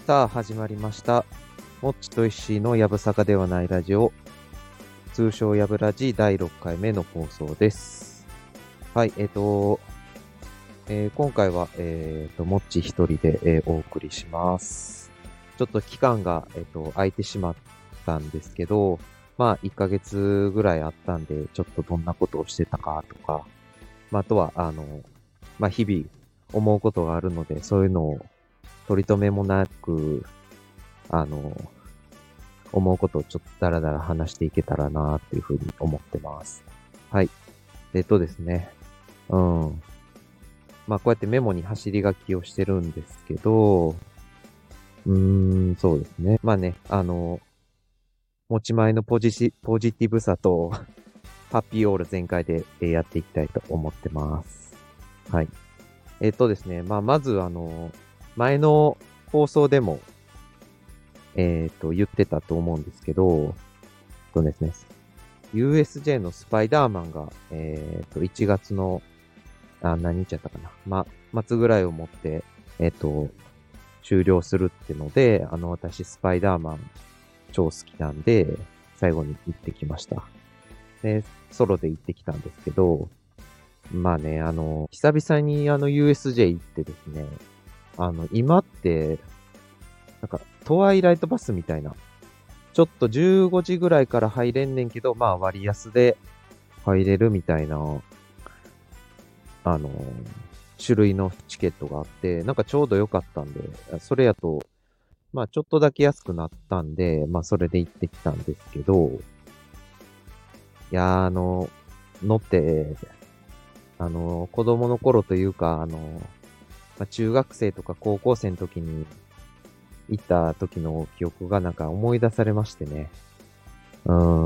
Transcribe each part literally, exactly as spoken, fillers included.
さあ始まりました。もっちと石井のやぶさかではないラジオ、通称やぶラジだいろっかいめの放送です。はい、えっ、と、えー今回は、えっ、と、もっち一人で、えーお送りします。ちょっと期間が、えっ、と、空いてしまったんですけど、まあ、いっかげつぐらいあったんで、ちょっとどんなことをしてたかとか、まあ、あとは、あの、まあ、日々思うことがあるので、そういうのを取り留めもなく、あの、思うことをちょっとダラダラ話していけたらなっていうふうに思ってます。はい。えっとですね。うん。まあこうやってメモに走り書きをしてるんですけど、うーん、そうですね。まあね、あの、持ち前のポジシ、ポジティブさとハッピーオール全開でえーやっていきたいと思ってます。はい。えっとですね。まあまずあの、前の放送でも、えっと、言ってたと思うんですけど、そうですね。ユーエスジェー のスパイダーマンが、えっと、いちがつの、あ、何日やったかな。ま、末ぐらいをもって、えっと、終了するってので、あの、私、スパイダーマン超好きなんで、最後に行ってきました。で、ソロで行ってきたんですけど、まあね、あの、久々にあの ユーエスジェー 行ってですね、あの、今って、なんか、トワイライトバスみたいな、ちょっとじゅうごじぐらいから入れんねんけど、まあ割安で入れるみたいな、あの、種類のチケットがあって、なんかちょうど良かったんで、それやと、まあちょっとだけ安くなったんで、まあそれで行ってきたんですけど、いやー、あの、乗って、あの、子供の頃というか、あの、まあ、中学生とか高校生の時に行った時の記憶がなんか思い出されましてね。うん、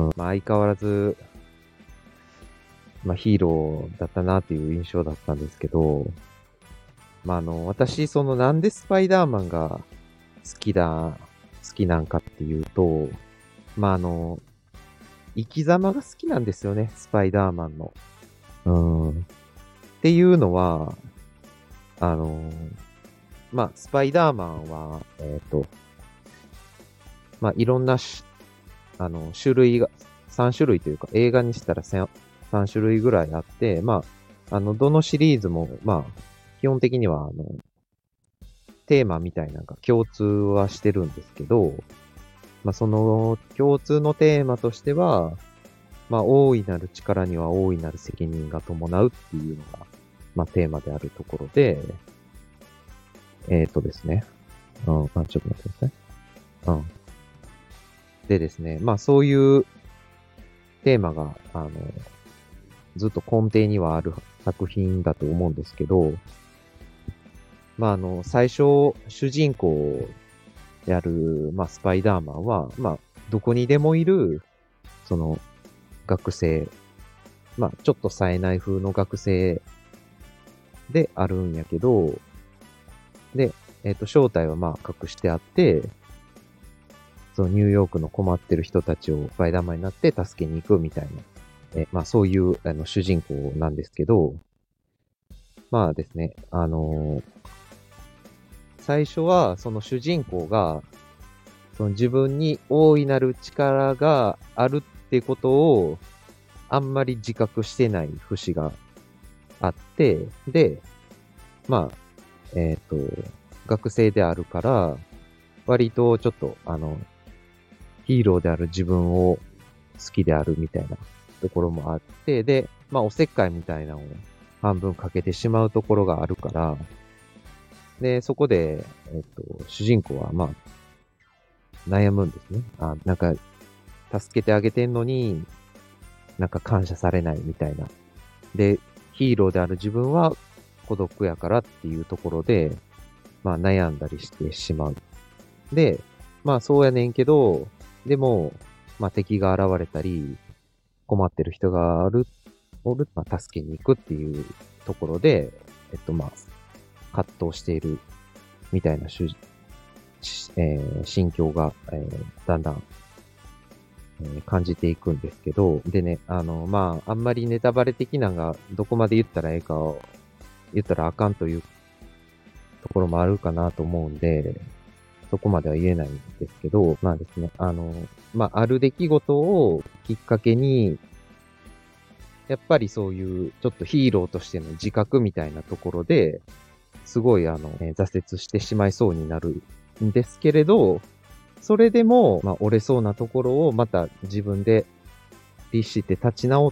まあ相変わらず、まあヒーローだったなっていう印象だったんですけど、まああの、私、そのなんでスパイダーマンが好きだ、好きなんかっていうと、まああの、生き様が好きなんですよね、スパイダーマンの。うん。っていうのは、あの、まあ、スパイダーマンは、えっと、まあ、いろんなし、あの、種類が、さん種類というか、映画にしたらさん さん種類ぐらいあって、まあ、あの、どのシリーズも、まあ、基本的には、あの、テーマみたいなのが共通はしてるんですけど、まあ、その共通のテーマとしては、まあ、大いなる力には大いなる責任が伴うっていうのが、まあ、テーマであるところで、えっとですね。うん、あ、ちょっと待ってください。うん。でですね、まあ、そういうテーマが、あの、ずっと根底にはある作品だと思うんですけど、まあ、あの、最初、主人公である、まあ、スパイダーマンは、まあ、どこにでもいる、その、学生、まあ、ちょっと冴えない風の学生であるんやけど、で、えっ、と、正体はまあ隠してあって、そのニューヨークの困ってる人たちをスパイダーマンになって助けに行くみたいな、えまあそういうあの主人公なんですけど、まあですね、あのー最初はその主人公が、その自分に大いなる力があるってことをあんまり自覚してない節があって、で、まあ、えっ、と、学生であるから、割とちょっと、あの、ヒーローである自分を好きであるみたいなところもあって、で、まあ、おせっかいみたいなのを半分かけてしまうところがあるから、で、そこで、えっと、主人公は、まあ、悩むんですね。あ、なんか、助けてあげてんのに、なんか感謝されないみたいな。で、ヒーローである自分は孤独やからっていうところで、まあ悩んだりしてしまう。で、まあそうやねんけど、でも、まあ敵が現れたり、困ってる人がある、おる、まあ助けに行くっていうところで、えっとまあ、葛藤しているみたいな主、しえー心境が、えーだんだん、えー感じていくんですけど、でね、あの、まあ、あんまりネタバレ的なのがどこまで言ったらええかを言ったらあかんというところもあるかなと思うんで、 そこまでは言えないんですけど、まあですね、あの、まあ、ある出来事をきっかけに、やっぱりそういうちょっとヒーローとしての自覚みたいなところで、すごいあの、えー挫折してしまいそうになるんですけれど、それでも、まあ、折れそうなところをまた自分で律して立ち直って、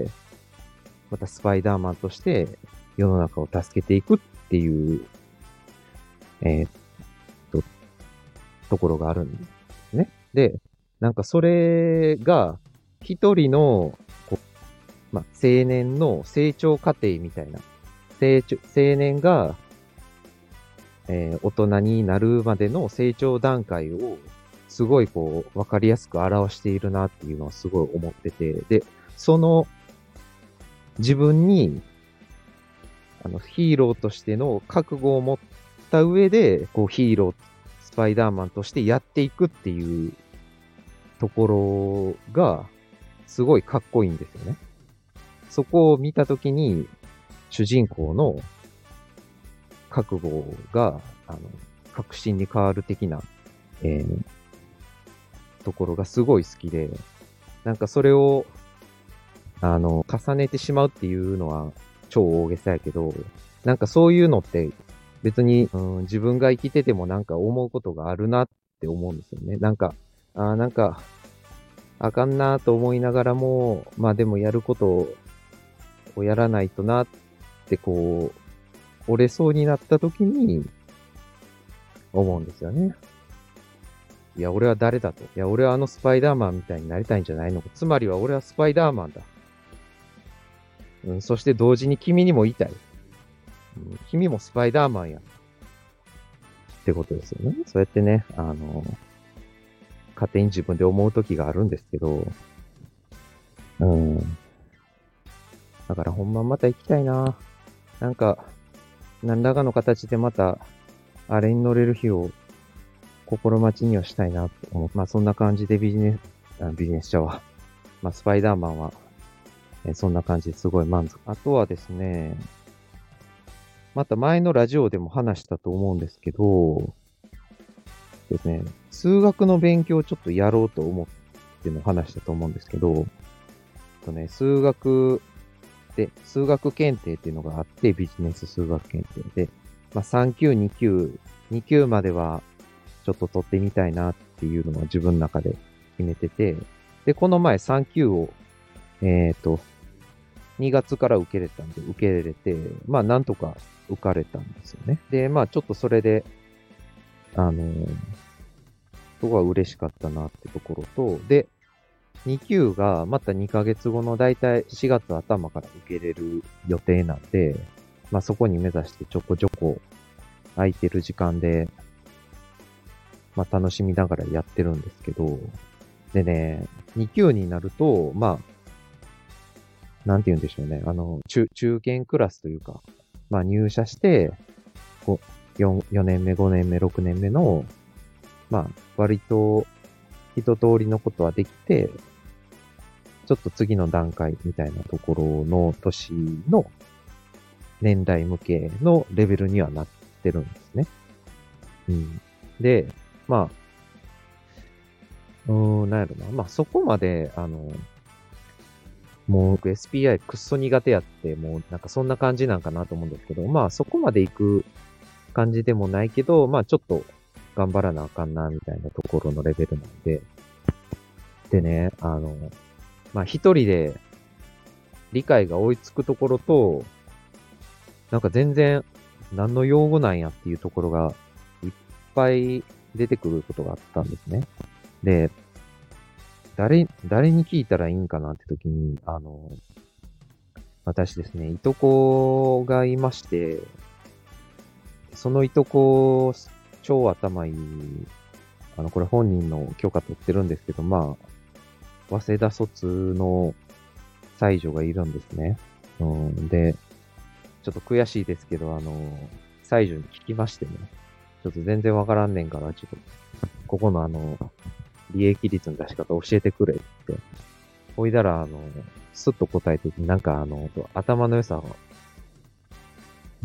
またスパイダーマンとして世の中を助けていくっていう、えーっと、ところがあるんですね。で、なんかそれが、一人の、こう、まあ、青年の成長過程みたいな、成長、青年が、えー大人になるまでの成長段階を、すごいこう、わかりやすく表しているなっていうのはすごい思ってて、で、その、自分に、あの、ヒーローとしての覚悟を持った上で、こう、ヒーロー、スパイダーマンとしてやっていくっていうところが、すごいかっこいいんですよね。そこを見たときに、主人公の覚悟が、あの、確信に変わる的な、えーところがすごい好きで、なんかそれを、あの、重ねてしまうっていうのは超大げさやけど、なんかそういうのって別に、うん、自分が生きててもなんか思うことがあるなって思うんですよね。なんか、あーなんか、あかんなと思いながらも、まあでもやることをやらないとなってこう、折れそうになった時に思うんですよね。いや、俺は誰だと。いや、俺はあのスパイダーマンみたいになりたいんじゃないのか。つまりは俺はスパイダーマンだ。うん、そして同時に君にも言いたい。うん、君もスパイダーマンや。ってことですよね。そうやってね、あの、勝手に自分で思う時があるんですけど、うん。だからほんままた行きたいな。なんか、何らかの形でまた、あれに乗れる日を心待ちにはしたいなと思う。まあそんな感じでビジネス、あビジネス社は、まあスパイダーマンは、えそんな感じですごい満足。あとはですね、また前のラジオでも話したと思うんですけど、ですね、数学の勉強をちょっとやろうと思っての話したと思うんですけど、とね、数学で、数学検定っていうのがあって、ビジネス数学検定で、まあさん級、に級、に級まではちょっと取ってみたいなっていうのは自分の中で決めてて、で、この前さん級を、えっと、にがつから受けれたんで、受け入れて、まあなんとか受かれたんですよね。で、まあちょっとそれで、あのー、そこは嬉しかったなってところと、で、に級がまたにかげつごのだいたいしがつ頭から受けれる予定なんで、まあそこに目指してちょこちょこ空いてる時間で、まあ楽しみながらやってるんですけど、でね、に級になると、まあ、なんて言うんでしょうね。あの、中、中堅クラスというか、まあ入社して、こう、よん、よねんめ、ごねんめ、ろくねんめの、まあ、割と、一通りのことはできて、ちょっと次の段階みたいなところの年の年代向けのレベルにはなってるんですね。うん。で、まあ、うーん、なんやろな。まあそこまで、あの、もう僕 エスピーアイ くっそ苦手やって、もうなんかそんな感じなんかなと思うんですけど、まあそこまで行く感じでもないけど、まあちょっと頑張らなあかんな、みたいなところのレベルなんで。でね、あの、まあ一人で理解が追いつくところと、なんか全然何の用語なんやっていうところがいっぱい出てくることがあったんですね。で、誰、誰に聞いたらいいんかなって時に、あの、私ですね、いとこがいまして、そのいとこ、超頭いい、あの、これ本人の許可取ってるんですけど、まあ、早稲田卒の才女がいるんですね。うん、で、ちょっと悔しいですけど、あの、才女に聞きましてね、ちょっと全然わからんねんから、ちょっと、ここのあの、利益率の出し方教えてくれって。ほいだら、あの、スッと答えて、なんかあの、頭の良さ、ま、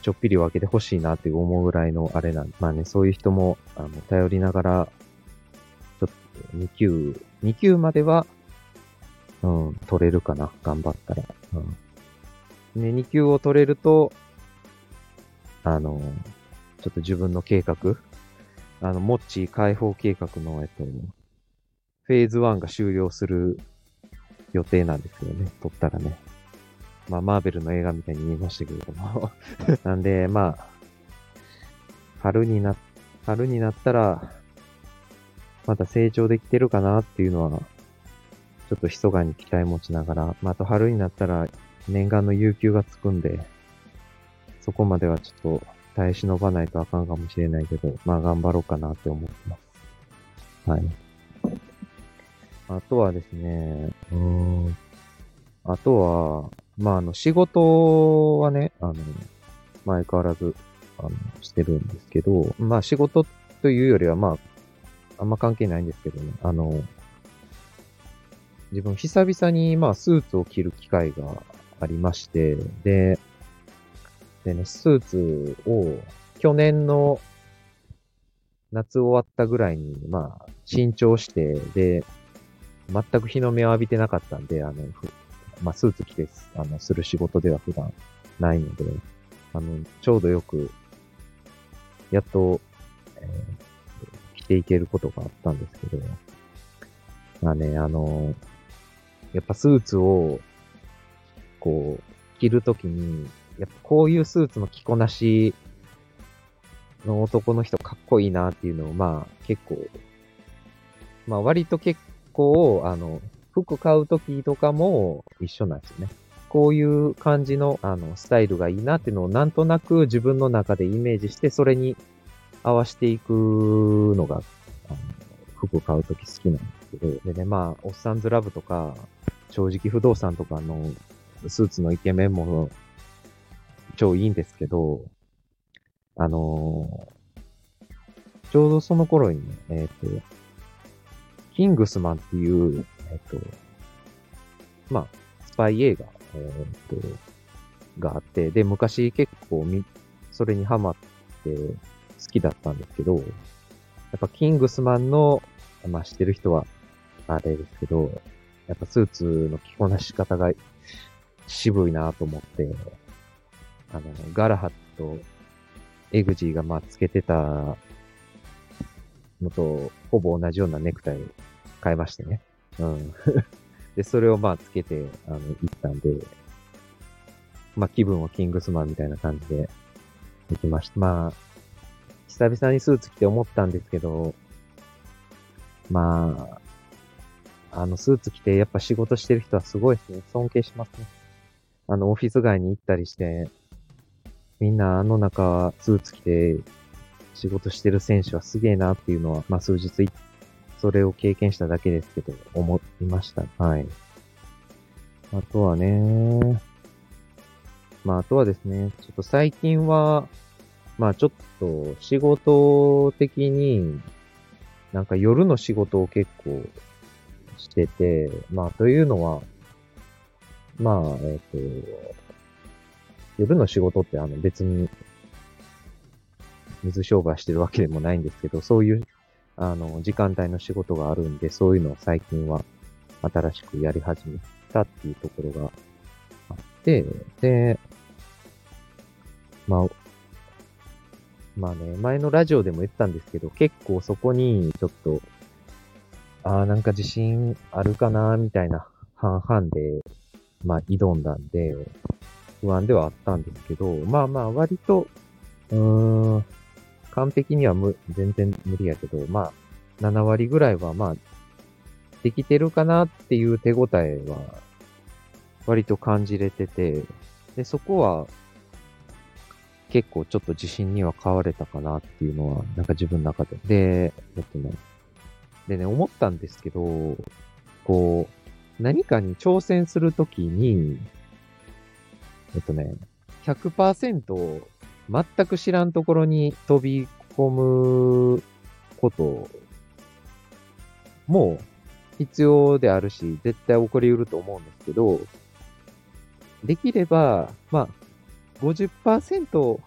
ちょっぴり分けてほしいなって思うぐらいのあれなんで、まあね、そういう人も、あの、頼りながら、ちょっとに級、に級までは、うん、取れるかな、頑張ったら。うん。で、に級を取れると、あの、ちょっと自分の計画、あの、モッチー解放計画の、えっと、フェーズワンが終了する予定なんですけどね、取ったらね。まあ、マーベルの映画みたいに言いましたけれども。なんで、まあ、春にな、春になったら、また成長できてるかなっていうのは、ちょっと密かに期待持ちながら、まあ、あと春になったら念願の有給がつくんで、そこまではちょっと耐え忍ばないとあかんかもしれないけど、まあ頑張ろうかなって思ってます。はい。あとはですね、うーん、あとは、まああの仕事はね、あの、まあ相変わらず、あの、してるんですけど、まあ仕事というよりはまあ、あんま関係ないんですけどね、あの、自分久々にまあスーツを着る機会がありまして、で、でね、スーツを去年の夏終わったぐらいに、まあ、新調して、で、全く日の目を浴びてなかったんで、あの、ふまあ、スーツ着て、あの、する仕事では普段ないので、あの、ちょうどよく、やっと、えー着ていけることがあったんですけど、まあね、あの、やっぱスーツを、こう、着るときに、やっぱこういうスーツの着こなしの男の人かっこいいなっていうのを、まあ結構、まあ割と結構、あの、服買うときとかも一緒なんですよね。こういう感じの、あの、スタイルがいいなっていうのをなんとなく自分の中でイメージして、それに合わせていくのが、あの服買うとき好きなんですけど、でね、まあ、おっさんずラブとか、正直不動産とかのスーツのイケメンも超いいんですけど、あのーちょうどその頃にね、えっと、キングスマンっていう、えっと、まあ、スパイ映画、えっと、があって、で、昔結構み、それにハマって好きだったんですけど、やっぱキングスマンの、まあ知ってる人はあれですけど、やっぱスーツの着こなし方が渋いなと思って、あの、ガラハットとエグジーがまあつけてたのと、ほぼ同じようなネクタイ買いましてね。うん。で、それをまあつけて、あの、行ったんで、まあ気分はキングスマンみたいな感じで行きました。まあ、久々にスーツ着て思ったんですけど、まあ、あのスーツ着てやっぱ仕事してる人はすごいですね。尊敬しますね。あの、オフィス街に行ったりして、みんなあの中、スーツ着て仕事してる選手はすげえなっていうのは、まあ数日、それを経験しただけですけど、思いました。はい。あとはね、まああとはですね、ちょっと最近は、まあちょっと仕事的に、なんか夜の仕事を結構してて、まあというのは、まあ、えっと、夜の仕事ってあの別に水商売してるわけでもないんですけど、そういうあの時間帯の仕事があるんで、そういうのを最近は新しくやり始めたっていうところがあって、で、まあ、まあね、前のラジオでも言ったんですけど、結構そこにちょっと、ああ、なんか自信あるかな、みたいな半々で、まあ挑んだんで、不安ではあったんですけど、まあまあ割と、うーん、完璧にはむ全然無理やけど、まあ、なな割ぐらいはまあ、できてるかなっていう手応えは、割と感じれてて、で、そこは、結構ちょっと自信には変われたかなっていうのは、なんか自分の中で。で、えっとね、でね、思ったんですけど、こう、何かに挑戦するときに、えっとね、ひゃくパーセント全く知らんところに飛び込むことも必要であるし、絶対起こり得ると思うんですけど、できれば、まあ、ごじゅっパーセント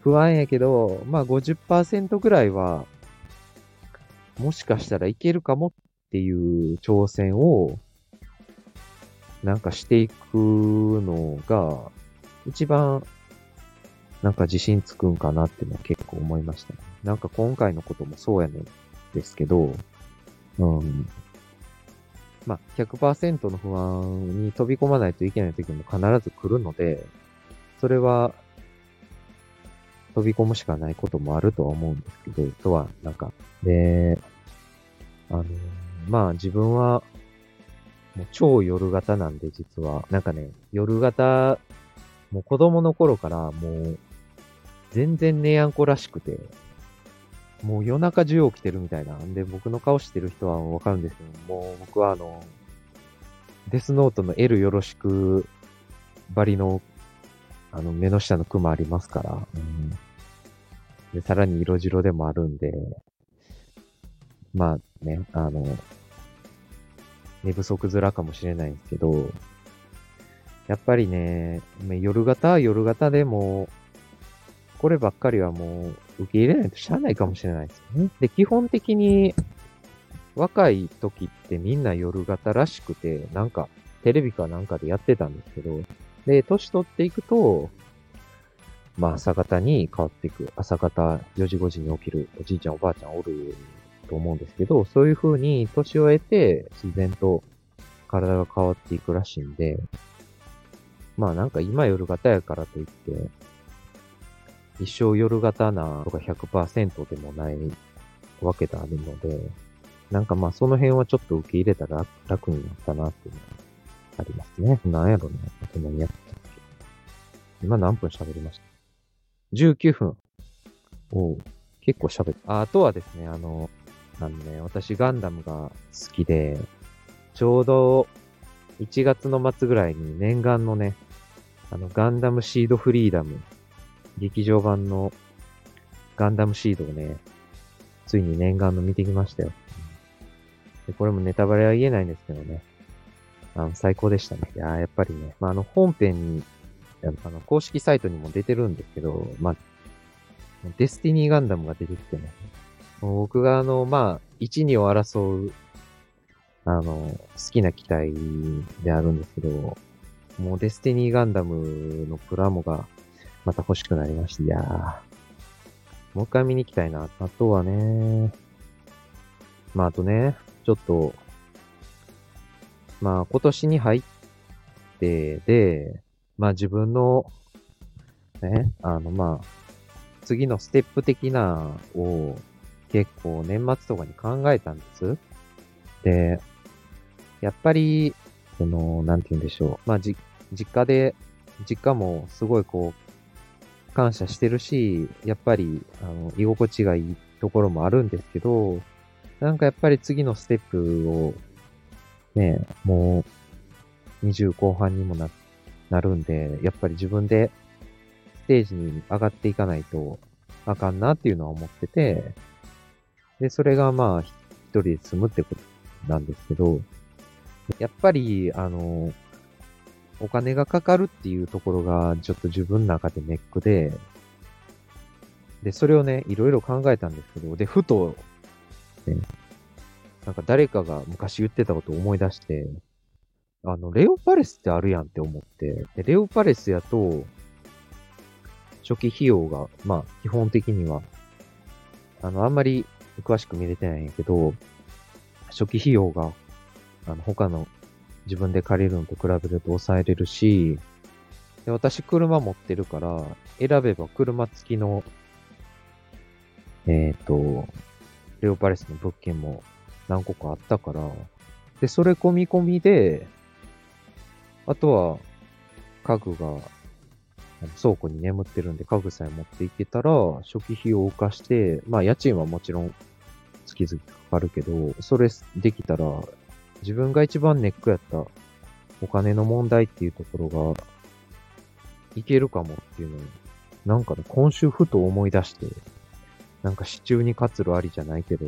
不安やけど、まあごじゅっパーセントぐらいは、もしかしたらいけるかもっていう挑戦を、なんかしていくのが、一番、なんか自信つくんかなっていうのは結構思いましたね。なんか今回のこともそうやねんですけど、うん。まあ、ひゃくパーセントの不安に飛び込まないといけない時も必ず来るので、それは飛び込むしかないこともあるとは思うんですけど、とは、なんか、で、あの、まあ自分は、もう超夜型なんで実は、なんかね、夜型、もう子供の頃からもう、全然寝やんこらしくて、もう夜中中起きてるみたいな。んで、僕の顔してる人はわかるんですけど、もう僕はあの、デスノートの L よろしくバリの、あの、目の下のクマありますから、うん、で、さらに色白でもあるんで、まあね、あの、寝不足面かもしれないんですけど、やっぱりね、夜型は夜型でも、こればっかりはもう受け入れないとしゃあないかもしれないですよね。で、基本的に若い時ってみんな夜型らしくて、なんかテレビかなんかでやってたんですけど、で、年取っていくと、まあ朝方に変わっていく。朝方よじごじに起きるおじいちゃんおばあちゃんおると思うんですけど、そういう風に年を経て自然と体が変わっていくらしいんで、まあなんか今夜型やからといって、一生夜型なとか ひゃくパーセント でもないわけであるので、なんかまあその辺はちょっと受け入れたら楽になったなっていうのがありますね。なんやろね。あと何やったっけ。今何分喋りました？ じゅうきゅう 分。おう、結構喋った。あ、あとはですね、あの、あのね、私ガンダムが好きで、ちょうどいちがつの末ぐらいに念願のね、あの、ガンダムシードフリーダム、劇場版のガンダムシードをね、ついに念願の見てきましたよ。で、これもネタバレは言えないんですけどね。あの、最高でしたね。いやー、やっぱりね、まあ、あの、本編に、あの、公式サイトにも出てるんですけど、まあ、デスティニーガンダムが出てきてね。僕があの、まあ、いち、にを争う、あの、好きな機体であるんですけど、もうデスティニーガンダムのプラモがまた欲しくなりまして、いやー、もう一回見に行きたいな。あとはね、まああとね、ちょっと、まあ今年に入ってで、まあ自分の、ね、あのまあ、次のステップ的なを結構年末とかに考えたんです。で、やっぱり、その、なんて言うんでしょう。まあじ、実家で、実家もすごいこう、感謝してるし、やっぱり、あの、居心地がいいところもあるんですけど、なんかやっぱり次のステップを、ね、もうにじゅう後半にもな、なるんで、やっぱり自分でステージに上がっていかないとあかんなっていうのは思ってて、で、それがまあ、一人で住むってことなんですけど、やっぱり、あの、お金がかかるっていうところがちょっと自分の中でネックで、で、それをね、いろいろ考えたんですけど、で、ふと、ね、なんか誰かが昔言ってたことを思い出して、あの、レオパレスってあるやんって思って、でレオパレスやと、初期費用が、まあ、基本的には、あの、あんまり詳しく見れてないんやけど、初期費用が、あの、他の自分で借りるのと比べると抑えれるし、で私車持ってるから、選べば車付きの、えっと、レオパレスの物件も何個かあったから、で、それ込み込みで、あとは、家具が、倉庫に眠ってるんで家具さえ持っていけたら、初期費用を浮かして、まあ家賃はもちろん月々かかるけど、それできたら、自分が一番ネックやったお金の問題っていうところが、いけるかもっていうのを、なんかね、今週ふと思い出して、なんか支柱に活路ありじゃないけど、うん。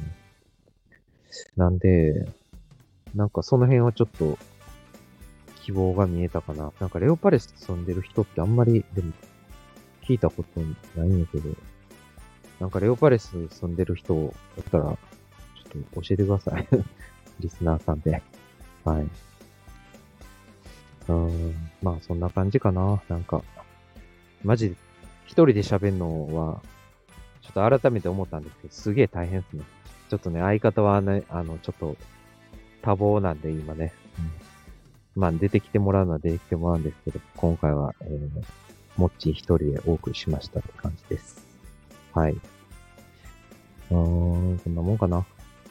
なんで、なんかその辺はちょっと、希望が見えたかな。なんかレオパレス住んでる人ってあんまり、でも、 聞いたことないんやけど、なんかレオパレス住んでる人おったら、ちょっと教えてください。リスナーさんで。はい。うーん、まあそんな感じかな。なんか、マジで一人で喋るのは、ちょっと改めて思ったんですけど、すげえ大変ですね。ちょっとね、相方はね、あの、ちょっと多忙なんで今ね。うん、まあ出てきてもらうのは出てきてもらうんですけど、今回は、えー、モッチー一人でお送りしましたって感じです。はい。うーん、こんなもんかな。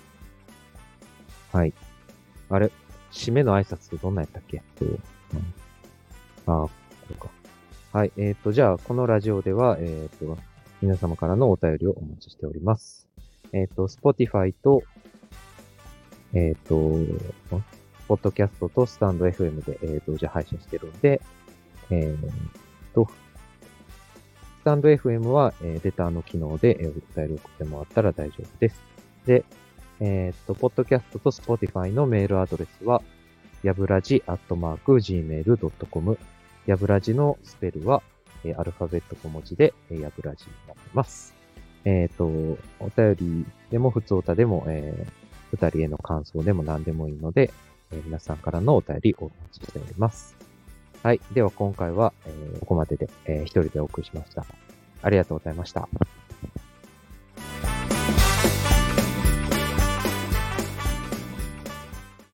はい。あれ、締めの挨拶ってどんなんやったっけ？うん、ああ、これか。はい。えっと、じゃあ、このラジオでは、えっと、皆様からのお便りをお待ちしております。えっと、Spotify と、えっと、ポッドキャストとスタンド エフエム で、えっと、じゃあ配信してるんで、えっと、スタンド エフエム は、えー、レターの機能で、えー、お便りを送ってもらったら大丈夫です。で、えっと、ポッドキャストと Spotify のメールアドレスは、やぶらじアットマーク ジーメールドットコム。やぶらじのスペルは、えー、アルファベット小文字で、えー、やぶらじになっています。えっと、お便りでも、普通歌でも、えー、二人への感想でも何でもいいので、えー、皆さんからのお便りをお待ちしております。はい。では今回は、えー、ここまでで、えー、一人でお送りしました。ありがとうございました。